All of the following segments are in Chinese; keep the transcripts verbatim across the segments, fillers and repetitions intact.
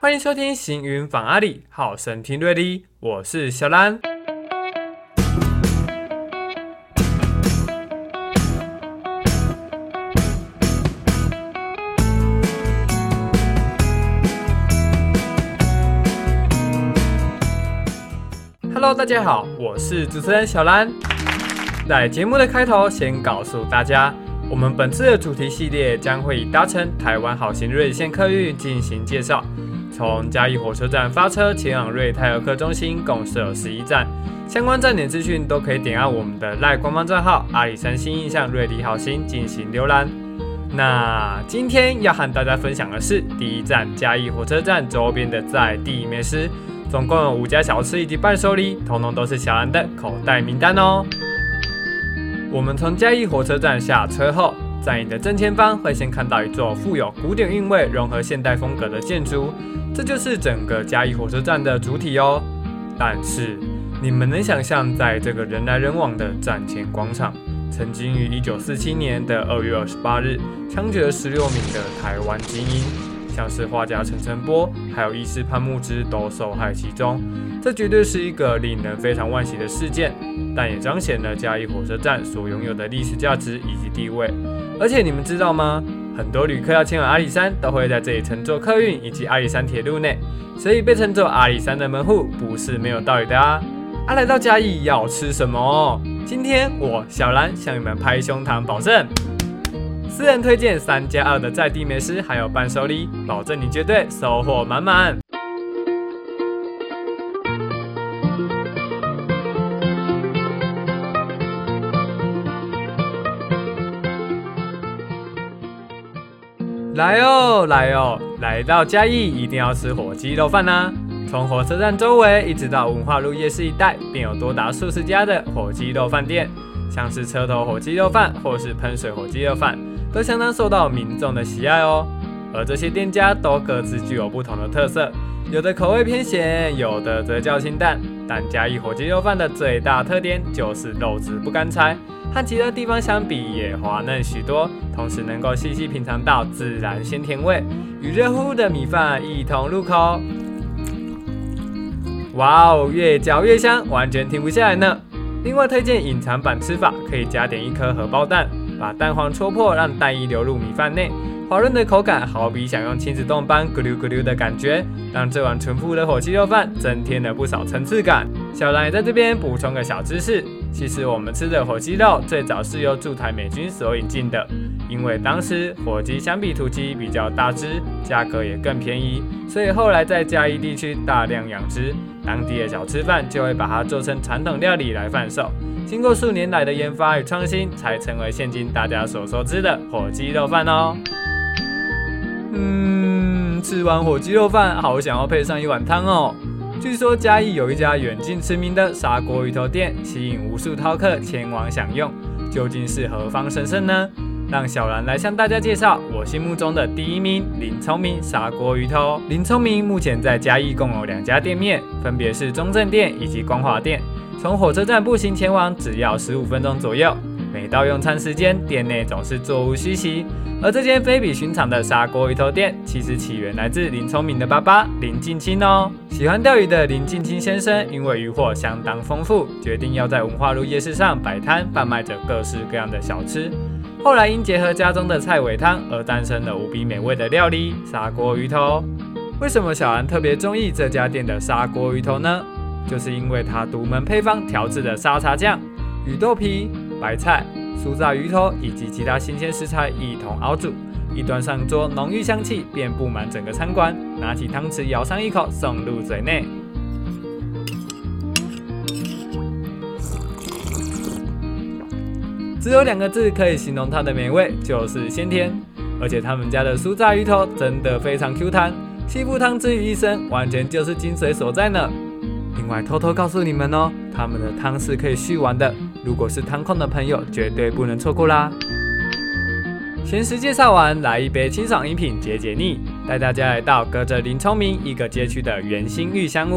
欢迎收听行云访阿里，好声听瑞丽，我是小兰。Hello， 大家好，我是主持人小兰。在节目的开头，先告诉大家，我们本次的主题系列将会以搭乘台湾好行瑞线客运进行介绍。从嘉义火车站发车前往瑞泰儿科中心，共设十一站，相关站点资讯都可以点按我们的 LINE 官方账号阿里山新印象瑞丽好行进行浏览。那今天要和大家分享的是第一站嘉义火车站周边的在地美食，总共有五家小吃以及伴手礼，统统都是小兰的口袋名单哦。我们从嘉义火车站下车后，在你的正前方会先看到一座富有古典韵味、融合现代风格的建筑，这就是整个嘉义火车站的主体哦。但是，你们能想象，在这个人来人往的站前广场，曾经于一九四七年的二月二十八日枪决了十六名的台湾精英，像是画家陈澄波，还有医师潘慕之都受害其中。这绝对是一个令人非常惋惜的事件，但也彰显了嘉义火车站所拥有的历史价值以及地位。而且你们知道吗？很多旅客要前往阿里山，都会在这里乘坐客运以及阿里山铁路内，所以被称作阿里山的门户不是没有道理的啊！啊，来到嘉义要吃什么？今天我小兰向你们拍胸膛保证，私人推荐三加二的在地美食还有伴手礼，保证你绝对收获满满。来哦，来哦，来到嘉义一定要吃火鸡肉饭啊！从火车站周围一直到文化路夜市一带，便有多达数十家的火鸡肉饭店，像是车头火鸡肉饭或是喷水火鸡肉饭，都相当受到民众的喜爱哦。而这些店家都各自具有不同的特色，有的口味偏咸，有的则较清淡。但嘉义火鸡肉饭的最大特点就是肉质不干柴，和其他地方相比也滑嫩许多，同时能够细细品尝到自然鲜甜味，与热乎乎的米饭一同入口。哇哦，越嚼越香，完全停不下来呢。另外推荐隐藏版吃法，可以加点一颗荷包蛋，把蛋黄戳破，让蛋液流入米饭内，滑润的口感好比享用亲子冻般咕噜咕噜的感觉，让这碗淳朴的火鸡肉饭增添了不少层次感。小兰也在这边补充个小知识，其实我们吃的火鸡肉最早是由驻台美军所引进的，因为当时火鸡相比土鸡比较大只，价格也更便宜，所以后来在嘉义地区大量养殖，当地的小吃贩就会把它做成传统料理来贩售。经过数年来的研发与创新，才成为现今大家所熟知的火鸡肉饭哦。嗯，吃完火鸡肉饭，好想要配上一碗汤哦。据说嘉义有一家远近驰名的砂锅鱼头店，吸引无数饕客前往享用，究竟是何方神圣呢？让小兰来向大家介绍我心目中的第一名林聪明砂锅鱼头。林聪明目前在嘉义共有两家店面，分别是中正店以及光华店，从火车站步行前往只要十五分钟左右。每到用餐时间，店内总是座无虚席。而这间非比寻常的砂锅鱼头店，其实起源来自林聪明的爸爸林敬清哦。喜欢钓鱼的林敬清先生，因为渔获相当丰富，决定要在文化路夜市上摆摊，贩卖着各式各样的小吃。后来因结合家中的菜尾汤，而诞生了无比美味的料理砂锅鱼头。为什么小兰特别中意这家店的砂锅鱼头呢？就是因为它独门配方调制的沙茶酱、鱼豆皮、白菜、酥炸鱼头以及其他新鲜食材一同熬煮，一端上桌，浓郁香气便布满整个餐馆。拿起汤匙舀上一口，送入嘴内。只有两个字可以形容它的美味，就是鲜甜。而且他们家的酥炸鱼头真的非常 Q 弹，吸附汤汁于一身，完全就是精髓所在呢。另外偷偷告诉你们哦，他们的汤是可以续碗的，如果是汤控的朋友，绝对不能错过啦。闲时介绍完，来一杯清爽饮品解解腻，带大家来到隔着林聪明一个街区的圆心玉香屋，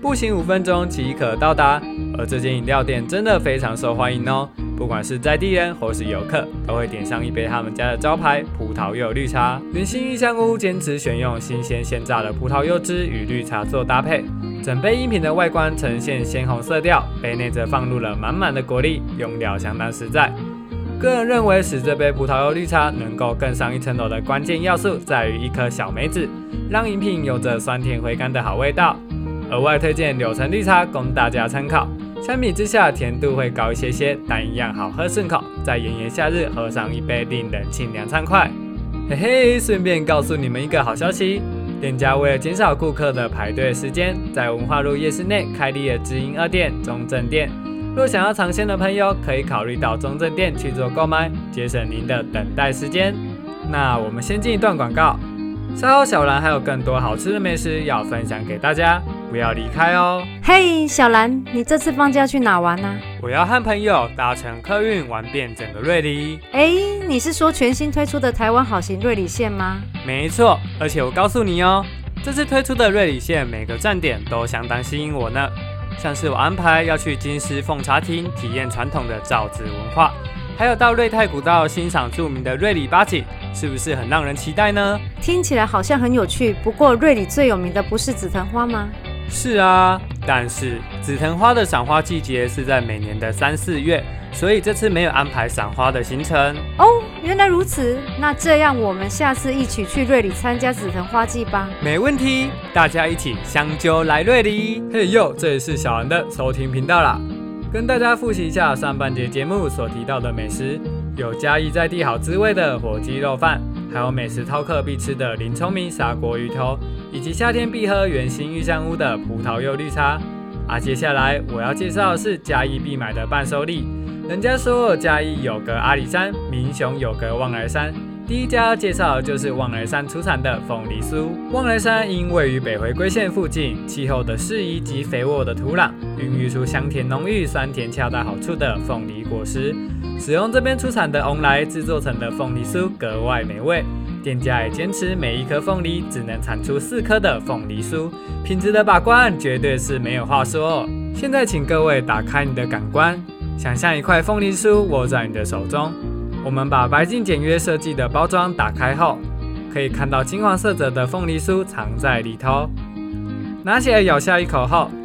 步行五分钟即可到达。而这间饮料店真的非常受欢迎哦，不管是在地人或是游客，都会点上一杯他们家的招牌葡萄柚绿茶。圆心玉香屋坚持选用新鲜现榨的葡萄柚汁与绿茶做搭配，整杯饮品的外观呈现鲜红色调，杯内则放入了满满的果粒，用料相当实在。个人认为，使这杯葡萄柚绿茶能够更上一层楼的关键要素，在于一颗小梅子，让饮品有着酸甜回甘的好味道。额外推荐柳橙绿茶供大家参考，相比之下甜度会高一些些，但一样好喝顺口，在炎炎夏日喝上一杯令人清凉畅快。嘿嘿，顺便告诉你们一个好消息，店家为了减少顾客的排队时间，在文化路夜市内开立了直营二店中正店。若想要尝鲜的朋友，可以考虑到中正店去做购买，节省您的等待时间。那我们先进一段广告，稍后小兰还有更多好吃的美食要分享给大家，不要离开哦。 嘿，小兰，你这次放假去哪玩啊？ 我要和朋友搭乘客运玩遍整个瑞里。 哎，你是说全新推出的台湾好行瑞里线吗？ 没错，而且我告诉你哦，这次推出的瑞里线每个站点都相当吸引我呢。像是我安排要去金狮奉茶亭体验传统的造纸文化，还有到瑞泰古道欣赏著名的瑞里八景，是不是很让人期待呢？ 听起来好像很有趣，不过瑞里最有名的不是紫藤花吗？ 是啊，但是紫藤花的赏花季节是在每年的三四月，所以这次没有安排赏花的行程。 哦，原来如此，那这样我们下次一起去瑞里参加紫藤花季吧。 没问题，大家一起相揪来瑞里。嘿呦，这里是小兰的收听频道啦，跟大家复习一下上半节节目所提到的美食，有嘉义在地好滋味的火鸡肉饭，还有美食饕客必吃的林聪明砂锅鱼头，以及夏天必喝圆心玉香屋的葡萄柚绿茶。啊，接下来我要介绍的是嘉义必买的伴手礼。人家说嘉义有个阿里山，民雄有个望来山。第一家要介绍的就是望来山出产的凤梨酥。望来山因位于北回归线附近，气候的适宜及肥沃的土壤，孕育出香甜浓郁、酸甜恰到好处的凤梨果实。使用这边出产的翁来制作成的凤梨酥格外美味。店家也坚持每一颗凤梨只能产出四颗的凤梨酥，品质的把关绝对是没有话说。现在请各位打开你的感官，想象一块凤梨酥握在你的手中。我们把白净简约设计的包装打开后，可以看到金黄色泽的凤梨酥藏在里头。拿起来咬下一口后，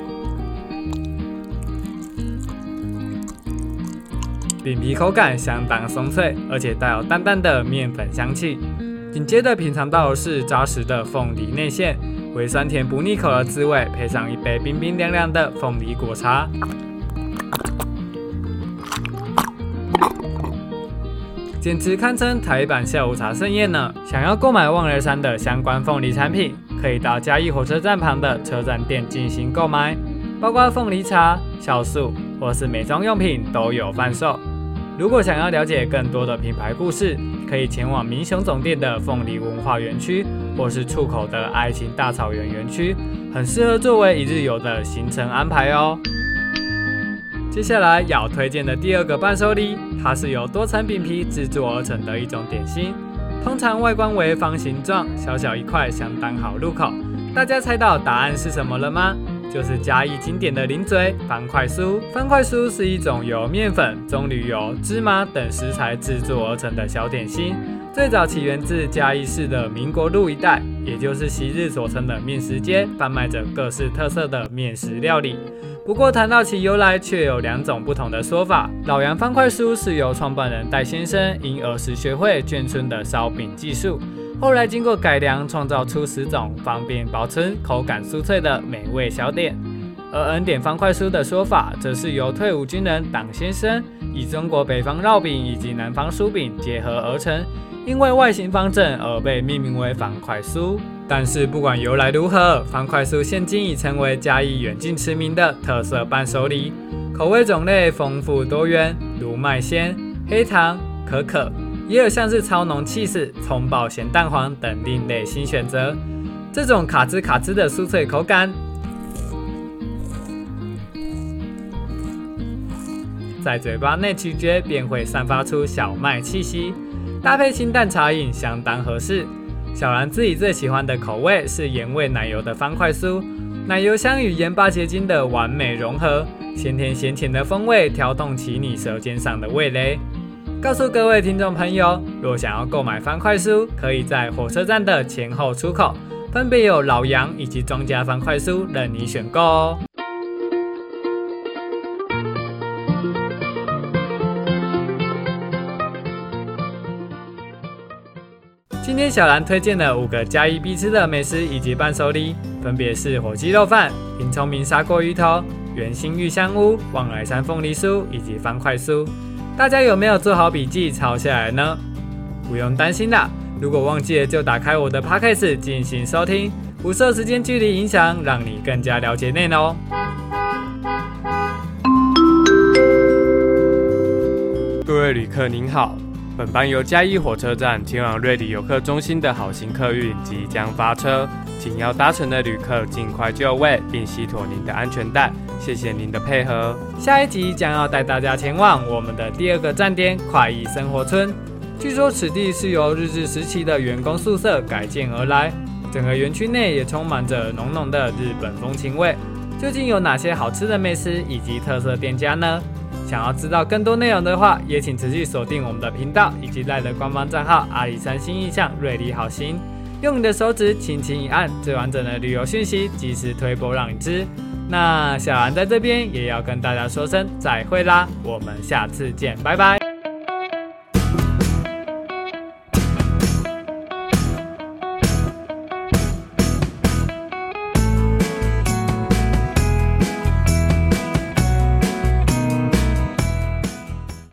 饼皮口感相当松脆，而且带有淡淡的面粉香气。紧接着品尝到的是扎实的凤梨内馅，微酸甜不腻口的滋味，配上一杯冰冰凉凉的凤梨果茶。简直堪称台版下午茶盛宴呢！想要购买望来山的相关凤梨产品，可以到嘉义火车站旁的车站店进行购买，包括凤梨茶、酵素或是美妆用品都有贩售。如果想要了解更多的品牌故事，可以前往民雄总店的凤梨文化园区，或是出口的爱情大草原园区，很适合作为一日游的行程安排哦。接下来要推荐的第二个伴手礼，它是由多层饼皮制作而成的一种点心，通常外观为方形状，小小一块，相当好入口。大家猜到答案是什么了吗？就是嘉义经典的零嘴方块酥。方块酥是一种由面粉、棕榈油、芝麻等食材制作而成的小点心，最早起源自嘉义市的民国路一带，也就是昔日所称的面食街，贩卖着各式特色的面食料理。不过谈到其由来，却有两种不同的说法。老杨方块酥是由创办人戴先生因儿时学会眷村的烧饼技术，后来经过改良，创造出十种方便保存、口感酥脆的美味小点。而恩典方块酥的说法，则是由退伍军人党先生以中国北方烙饼以及南方酥饼结合而成，因为外形方正而被命名为方块酥。但是不管由来如何，方块酥现今已成为嘉义远近驰名的特色伴手礼，口味种类丰富多元，如麦鲜、黑糖、可可，也有像是超浓起司、葱爆咸蛋黄等另类新选择。这种卡兹卡兹的酥脆口感，在嘴巴内咀嚼便会散发出小麦气息，搭配清淡茶饮相当合适。小兰自己最喜欢的口味是盐味奶油的方块酥， 奶油香与盐巴结晶的完美融合，鲜甜咸甜的风味挑动起你舌尖上的味蕾。告诉各位听众朋友，若想要购买方块酥，可以在火车站的前后出口，分别有老杨以及庄家方块酥任你选购哦。今天小兰推荐了五个嘉义必吃的美食以及伴手礼，分别是火鸡肉饭、林聪明砂锅鱼头、圆心玉香屋、望来山凤梨酥以及方块酥。大家有没有做好笔记抄下来呢？不用担心啦，如果忘记了就打开我的 Podcast 进行收听，不受时间距离影响，让你更加了解内容。各位旅客您好，本班由嘉义火车站前往瑞里游客中心的好行客运即将发车，请要搭乘的旅客尽快就位，并系妥您的安全带。谢谢您的配合。下一集将要带大家前往我们的第二个站点快意生活村。据说此地是由日治时期的员工宿舍改建而来，整个园区内也充满着浓浓的日本风情味。究竟有哪些好吃的美食以及特色店家呢？想要知道更多内容的话，也请持续锁定我们的频道以及赖的官方账号阿里山新意象瑞丽好行，用你的手指轻轻一按，最完整的旅游讯息及时推播让你知。那小兰在这边也要跟大家说声再会啦，我们下次见，拜拜。